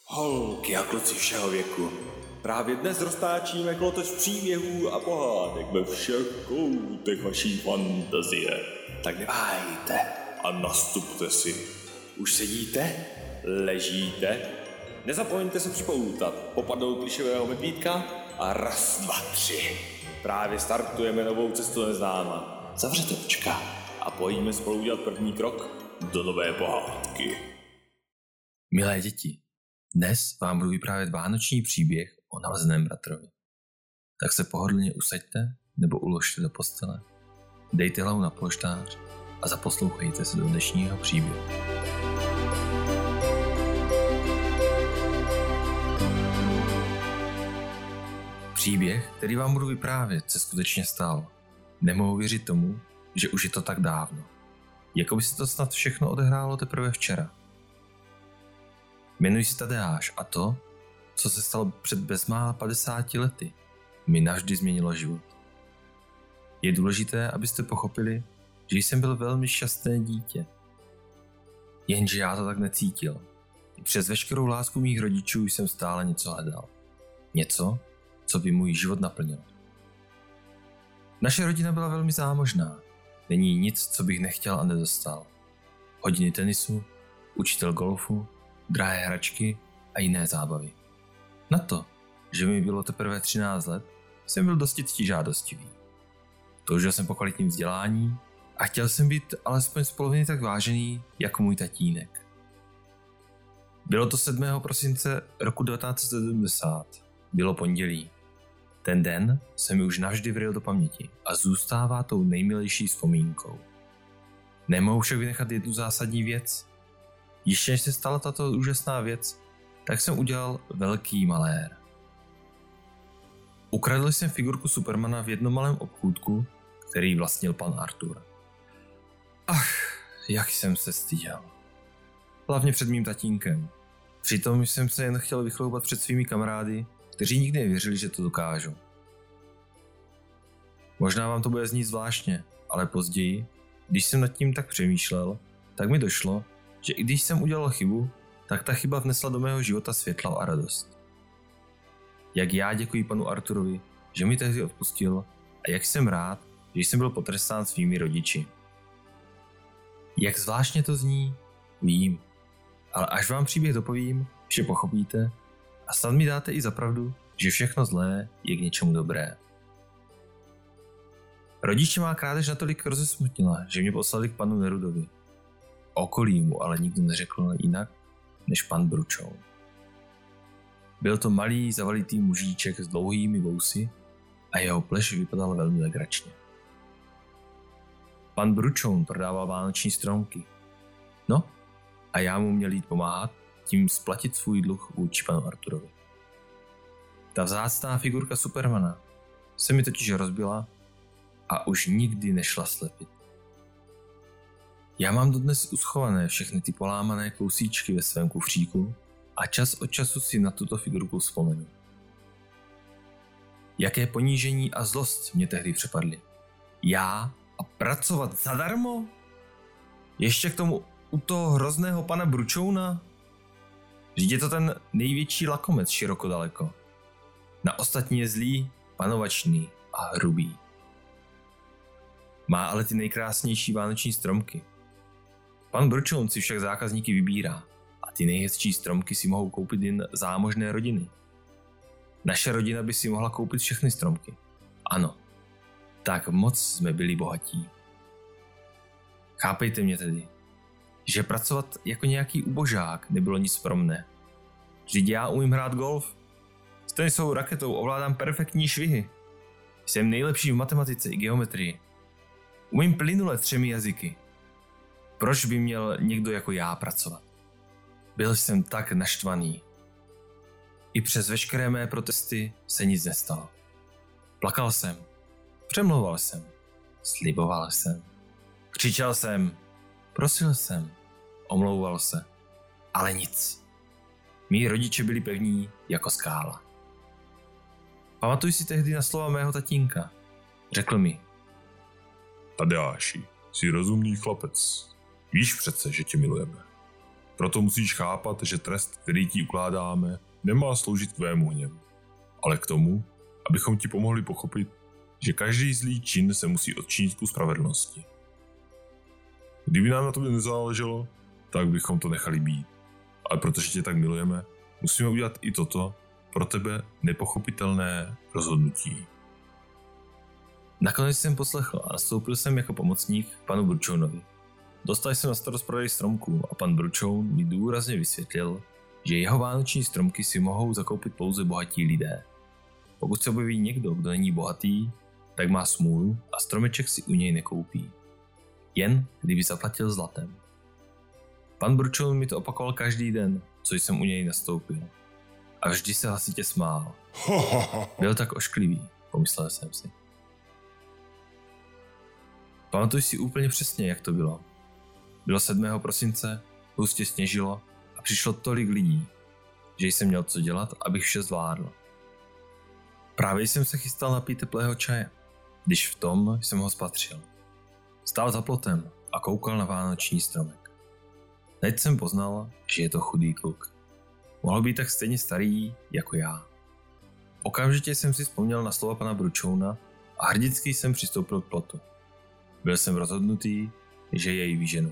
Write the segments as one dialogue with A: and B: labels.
A: Holky a kluci všeho věku, právě dnes roztáčíme kolotoč příběhů a pohádek ve všech koutech vaší fantazie. Tak neváhejte a nastupte si. Už sedíte? Ležíte? Nezapomeňte se připoutat, popadnout klišového medvídka a raz, dva, tři. Právě startujeme novou cestu neznáma. Zavřete očka a pojďme spolu udělat první krok do nové pohádky.
B: Milé děti, dnes vám budu vyprávět vánoční příběh o nalezeném bratrovi. Tak se pohodlně usaďte nebo uložte do postele, dejte hlavu na polštář a zaposlouchejte se do dnešního příběhu. Příběh, který vám budu vyprávět, se skutečně stal. Nemohu věřit tomu, že už je to tak dávno. Jako by se to snad všechno odehrálo teprve včera. Jmenuji se Tadeáš a to, co se stalo před bezmála 50 lety, mi navždy změnilo život. Je důležité, abyste pochopili, že jsem byl velmi šťastné dítě. Jenže já to tak necítil. I přes veškerou lásku mých rodičů jsem stále něco hledal. Něco, co by můj život naplnilo. Naše rodina byla velmi zámožná. Není nic, co bych nechtěl a nedostal. Hodiny tenisu, učitel golfu, drahé hračky a jiné zábavy. Na to, že mi bylo teprve 13 let, jsem byl dosti ctižádostivý. Toužil jsem po kvalitním vzdělání a chtěl jsem být alespoň z poloviny tak vážený jako můj tatínek. Bylo to 7. prosince roku 1970. Bylo pondělí. Ten den se mi už navždy vryl do paměti a zůstává tou nejmilejší vzpomínkou. Nemohu však vynechat jednu zásadní věc. Ještě než se stala tato úžasná věc, tak jsem udělal velký malér. Ukradl jsem figurku Supermana v jednom malém obchůdku, který vlastnil pan Artur. Ach, jak jsem se styděl. Hlavně před mým tatínkem. Přitom jsem se jen chtěl vychloubat před svými kamarády, kteří nikdy nevěřili, že to dokážu. Možná vám to bude znít zvláštně, ale později, když jsem nad tím tak přemýšlel, tak mi došlo, že i když jsem udělal chybu, tak ta chyba vnesla do mého života světlo a radost. Jak já děkuji panu Arturovi, že mi tehdy odpustil a jak jsem rád, že jsem byl potrestán svými rodiči. Jak zvláštně to zní, vím, ale až vám příběh dopovím, vše pochopíte a snad mi dáte i za pravdu, že všechno zlé je k něčemu dobré. Rodiče má krádež natolik rozesmutnila, že mě poslali k panu Nerudovi. Okolí mu ale nikdo neřekl jinak, než pan Bručoun. Byl to malý, zavalitý mužíček s dlouhými vousy a jeho pleš vypadala velmi legračně. Pan Bručoun prodával vánoční stromky. No, a já mu měl jít pomáhat, tím splatit svůj dluh vůči panu Arturovi. Ta vzácná figurka Supermana se mi totiž rozbila a už nikdy nešla slepit. Já mám dodnes uschované všechny ty polámané kousíčky ve svém kufříku a čas od času si na tuto figurku vzpomenu. Jaké ponížení a zlost mě tehdy přepadly. Já a pracovat zadarmo? Ještě k tomu u toho hrozného pana Bručouna? Vždyť je to ten největší lakomec široko daleko. Na ostatní je zlý, panovačný a hrubý. Má ale ty nejkrásnější vánoční stromky. Pan Bručoun si však zákazníky vybírá a ty nejhezčí stromky si mohou koupit jen zámožné rodiny. Naše rodina by si mohla koupit všechny stromky. Ano, tak moc jsme byli bohatí. Chápejte mě tedy, že pracovat jako nějaký ubožák nebylo nic pro mne. Vždyť já umím hrát golf. S tenisovou raketou ovládám perfektní švihy. Jsem nejlepší v matematice i geometrii. Umím plynule 3 jazyky. Proč by měl někdo jako já pracovat? Byl jsem tak naštvaný. I přes veškeré mé protesty se nic nestalo. Plakal jsem, přemlouval jsem, sliboval jsem, křičel jsem, prosil jsem, omlouval se, ale nic. Mí rodiče byli pevní jako skála. Pamatuj si tehdy na slova mého tatínka. Řekl mi:
C: Tadeáši, jsi rozumný chlapec. Víš přece, že tě milujeme. Proto musíš chápat, že trest, který ti ukládáme, nemá sloužit tvému hněvu, ale k tomu, abychom ti pomohli pochopit, že každý zlý čin se musí odčinit ku spravedlnosti. Kdyby nám na tobě nezáleželo, tak bychom to nechali být. Ale protože tě tak milujeme, musíme udělat i toto pro tebe nepochopitelné rozhodnutí.
B: Nakonec jsem poslechl a nastoupil jsem jako pomocník k panu Bruchounovi. Dostal jsem na starost prodej stromků a pan Bruchoun mi důrazně vysvětlil, že jeho vánoční stromky si mohou zakoupit pouze bohatí lidé. Pokud se objeví někdo, kdo není bohatý, tak má smůlu a stromeček si u něj nekoupí. Jen kdyby zaplatil zlatem. Pan Bruchoun mi to opakoval každý den, co jsem u něj nastoupil. A vždy se hlasitě smál. Byl tak ošklivý, pomyslel jsem si. Pamatuj si úplně přesně, jak to bylo. Bylo 7. prosince, hustě sněžilo a přišlo tolik lidí, že jsem měl co dělat, abych vše zvládl. Právě jsem se chystal napít teplého čaje, když v tom jsem ho spatřil. Stál za plotem a koukal na vánoční stromek. Teď jsem poznal, že je to chudý kluk. Mohl být tak stejně starý jako já. Okamžitě jsem si vzpomněl na slova pana Bruchouna a hrdicky jsem přistoupil k plotu. Byl jsem rozhodnutý, že jej vyženu.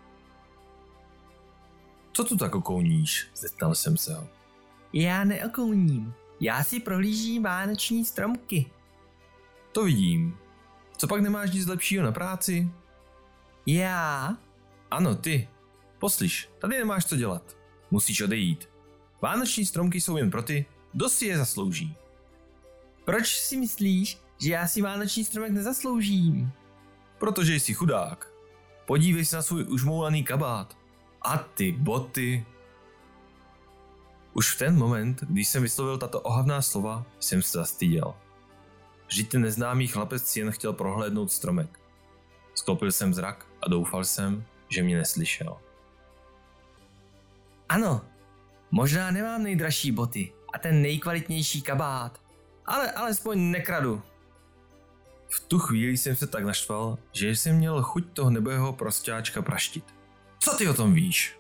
B: Co tu tak okouníš? Zeptal jsem se ho.
D: Já neokouním. Já si prohlížím vánoční stromky.
B: To vidím. Co pak nemáš nic lepšího na práci?
D: Já?
B: Ano, ty. Poslyš, tady nemáš co dělat. Musíš odejít. Vánoční stromky jsou jen pro ty, kdo si je zaslouží.
D: Proč si myslíš, že já si vánoční stromek nezasloužím?
B: Protože jsi chudák. Podívej se na svůj užmoulaný kabát. A ty boty. Už v ten moment, když jsem vyslovil tato ohavná slova, jsem se zastyděl. Vždyť ten neznámý chlapec si jen chtěl prohlédnout stromek. Sklopil jsem zrak a doufal jsem, že mě neslyšel.
D: Ano, možná nemám nejdražší boty a ten nejkvalitnější kabát, ale alespoň nekradu.
B: V tu chvíli jsem se tak naštval, že jsem měl chuť toho nebojého prostáčka praštit. Co ty o tom víš?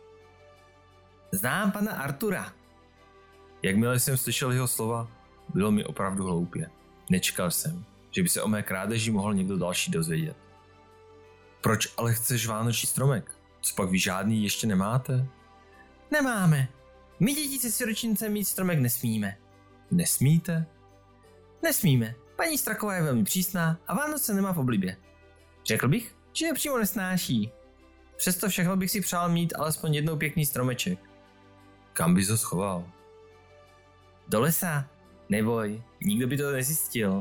D: Znám pana Artura.
B: Jakmile jsem slyšel jeho slova, bylo mi opravdu hloupě. Nečekal jsem, že by se o mé krádeži mohl někdo další dozvědět. Proč ale chceš vánoční stromek? Co pak vy žádný ještě nemáte?
D: Nemáme. My děti se siročincem mít stromek nesmíme.
B: Nesmíte?
D: Nesmíme. Paní Straková je velmi přísná a Vánoce nemá v oblibě. Řekl bych, že je přímo nesnáší. Přesto všechno bych si přál mít alespoň jednou pěkný stromeček.
B: Kam bys ho schoval?
D: Do lesa. Neboj, nikdo by to nezjistil.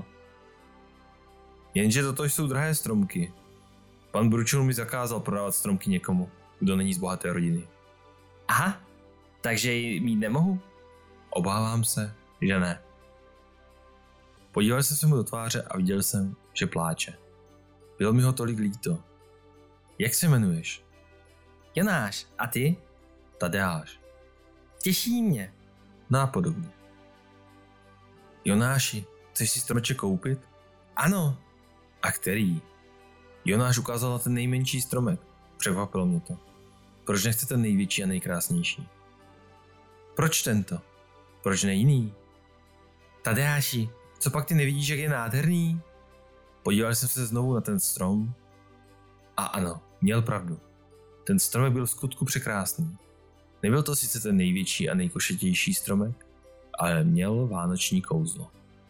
B: Jenže toto jsou drahé stromky. Pan Bruchoun mi zakázal prodávat stromky někomu, kdo není z bohaté rodiny.
D: Aha, takže ji mít nemohu?
B: Obávám se, že ne. Podíval jsem se mu do tváře a viděl jsem, že pláče. Bylo mi ho tolik líto. Jak se jmenuješ?
D: Jonáš, a ty?
B: Tadeáš.
D: Těší mě.
B: Nápodobně. Jonáši, chceš si stromeček koupit?
D: Ano.
B: A který? Jonáš ukázal na ten nejmenší stromek. Překvapilo mě to. Proč nechce ten největší a nejkrásnější? Proč tento? Proč ne jiný?
D: Tadeáši, co pak ty nevidíš, jak je nádherný?
B: Podíval jsem se znovu na ten strom a ano, měl pravdu. Ten stromek byl v skutku překrásný. Nebyl to sice ten největší a nejkošetější stromek, ale měl vánoční kouzlo.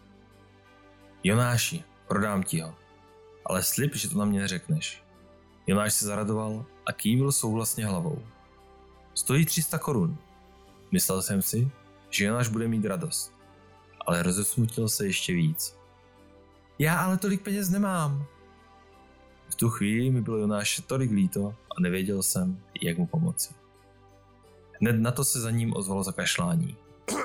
B: Jonáši, prodám ti ho, ale slib, že to na mě neřekneš. Jonáš se zaradoval a kývil souhlasně hlavou. Stojí 300 korun. Myslel jsem si, že Jonáš bude mít radost, ale rozesmutil se ještě víc. Já ale tolik peněz nemám. V tu chvíli mi bylo Jonáše tolik líto a nevěděl jsem, jak mu pomoci. Hned na to se za ním ozvalo zakašlání.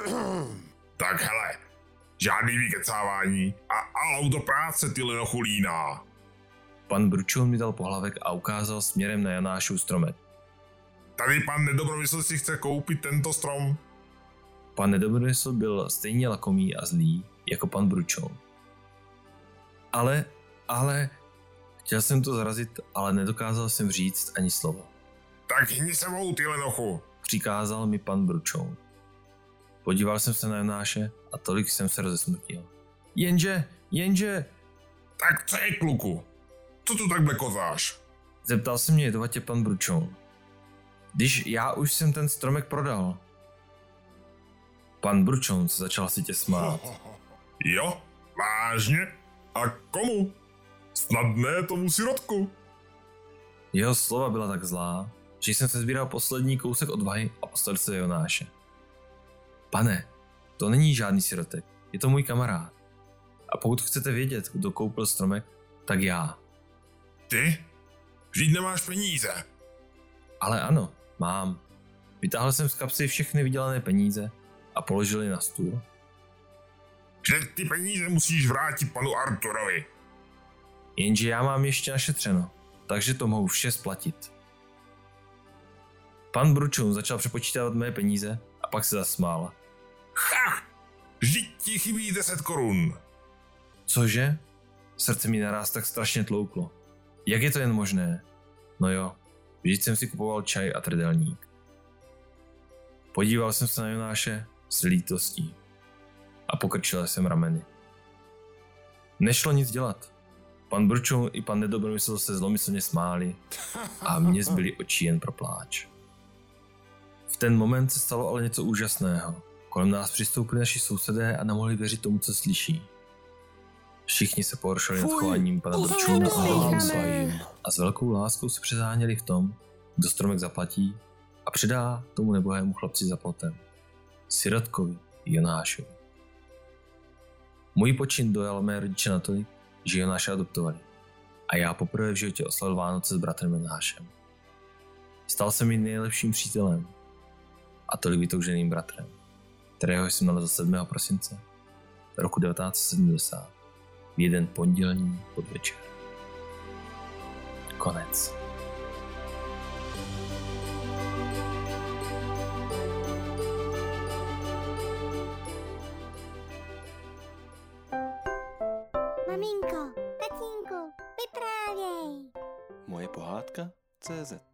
C: Tak hele, žádný vykecávání a alau do práce, ty lenochulína.
B: Pan Bruchoun mi dal pohlavek a ukázal směrem na Jonášův stromek.
C: Tady pan Nedobromysl si chce koupit tento strom.
B: Pan Nedobromysl byl stejně lakomý a zlý jako pan Bruchoun. Ale... Chtěl jsem to zarazit, ale nedokázal jsem říct ani slovo.
C: Tak hni sebou, ty lenochu.
B: přikázal mi pan Bručoun. Podíval jsem se na Jonáše a tolik jsem se rozesmrtil. Jenže,
C: Tak co je, kluku? Co tu tak blekotáš?
B: zeptal se mě jedovatě pan Bručoun. Když já už jsem ten stromek prodal. Pan Bručoun se začal sitě smát.
C: Jo? Vážně? A komu? Snad ne tomu sirotku.
B: Jeho slova byla tak zlá, že jsem se sbíral poslední kousek odvahy a postavil se Jonáše. Pane, to není žádný sirotek, je to můj kamarád. A pokud chcete vědět, kdo koupil stromek, tak já.
C: Ty? Vždyť nemáš peníze.
B: Ale ano, mám. Vytáhl jsem z kapsy všechny vydělané peníze a položil je na stůl.
C: Že ty peníze musíš vrátit panu Arturovi.
B: Jenže já mám ještě našetřeno, takže to mohu vše splatit. Pan Bručoun začal přepočítávat mé peníze a pak se zasmál.
C: Ha! Vždyť ti chybí 10 korun.
B: Cože? Srdce mi naráz tak strašně tlouklo. Jak je to jen možné? No jo, vždyť jsem si kupoval čaj a trdelník. Podíval jsem se na Jonáše s lítostí a pokrčil jsem rameny. Nešlo nic dělat. Pan Bručoun i pan Nedobromysl se zlomyslně smáli a mě zbyly oči jen pro pláč. V ten moment se stalo ale něco úžasného. Kolem nás přistoupili naši sousedé a nemohli věřit tomu, co slyší. Všichni se pohoršili nad chováním pana Bručouna a s velkou láskou se přezáněli v tom, kdo stromek zaplatí a předá tomu nebohému chlapci za plotem. Sirotkovi Jonášovi. Můj počin dojal mé rodiče natolik, že Jonáše adoptovali a já poprvé v životě oslavil Vánoce s bratrem Jonášem. Stal se mi nejlepším přítelem a tolik vytouženým bratrem, kterého jsem nalezl 7. prosince roku 1970 v jeden pondělní podvečer. Konec.
E: Maminko, tatínku, vyprávěj.
A: Moje pohádka CZ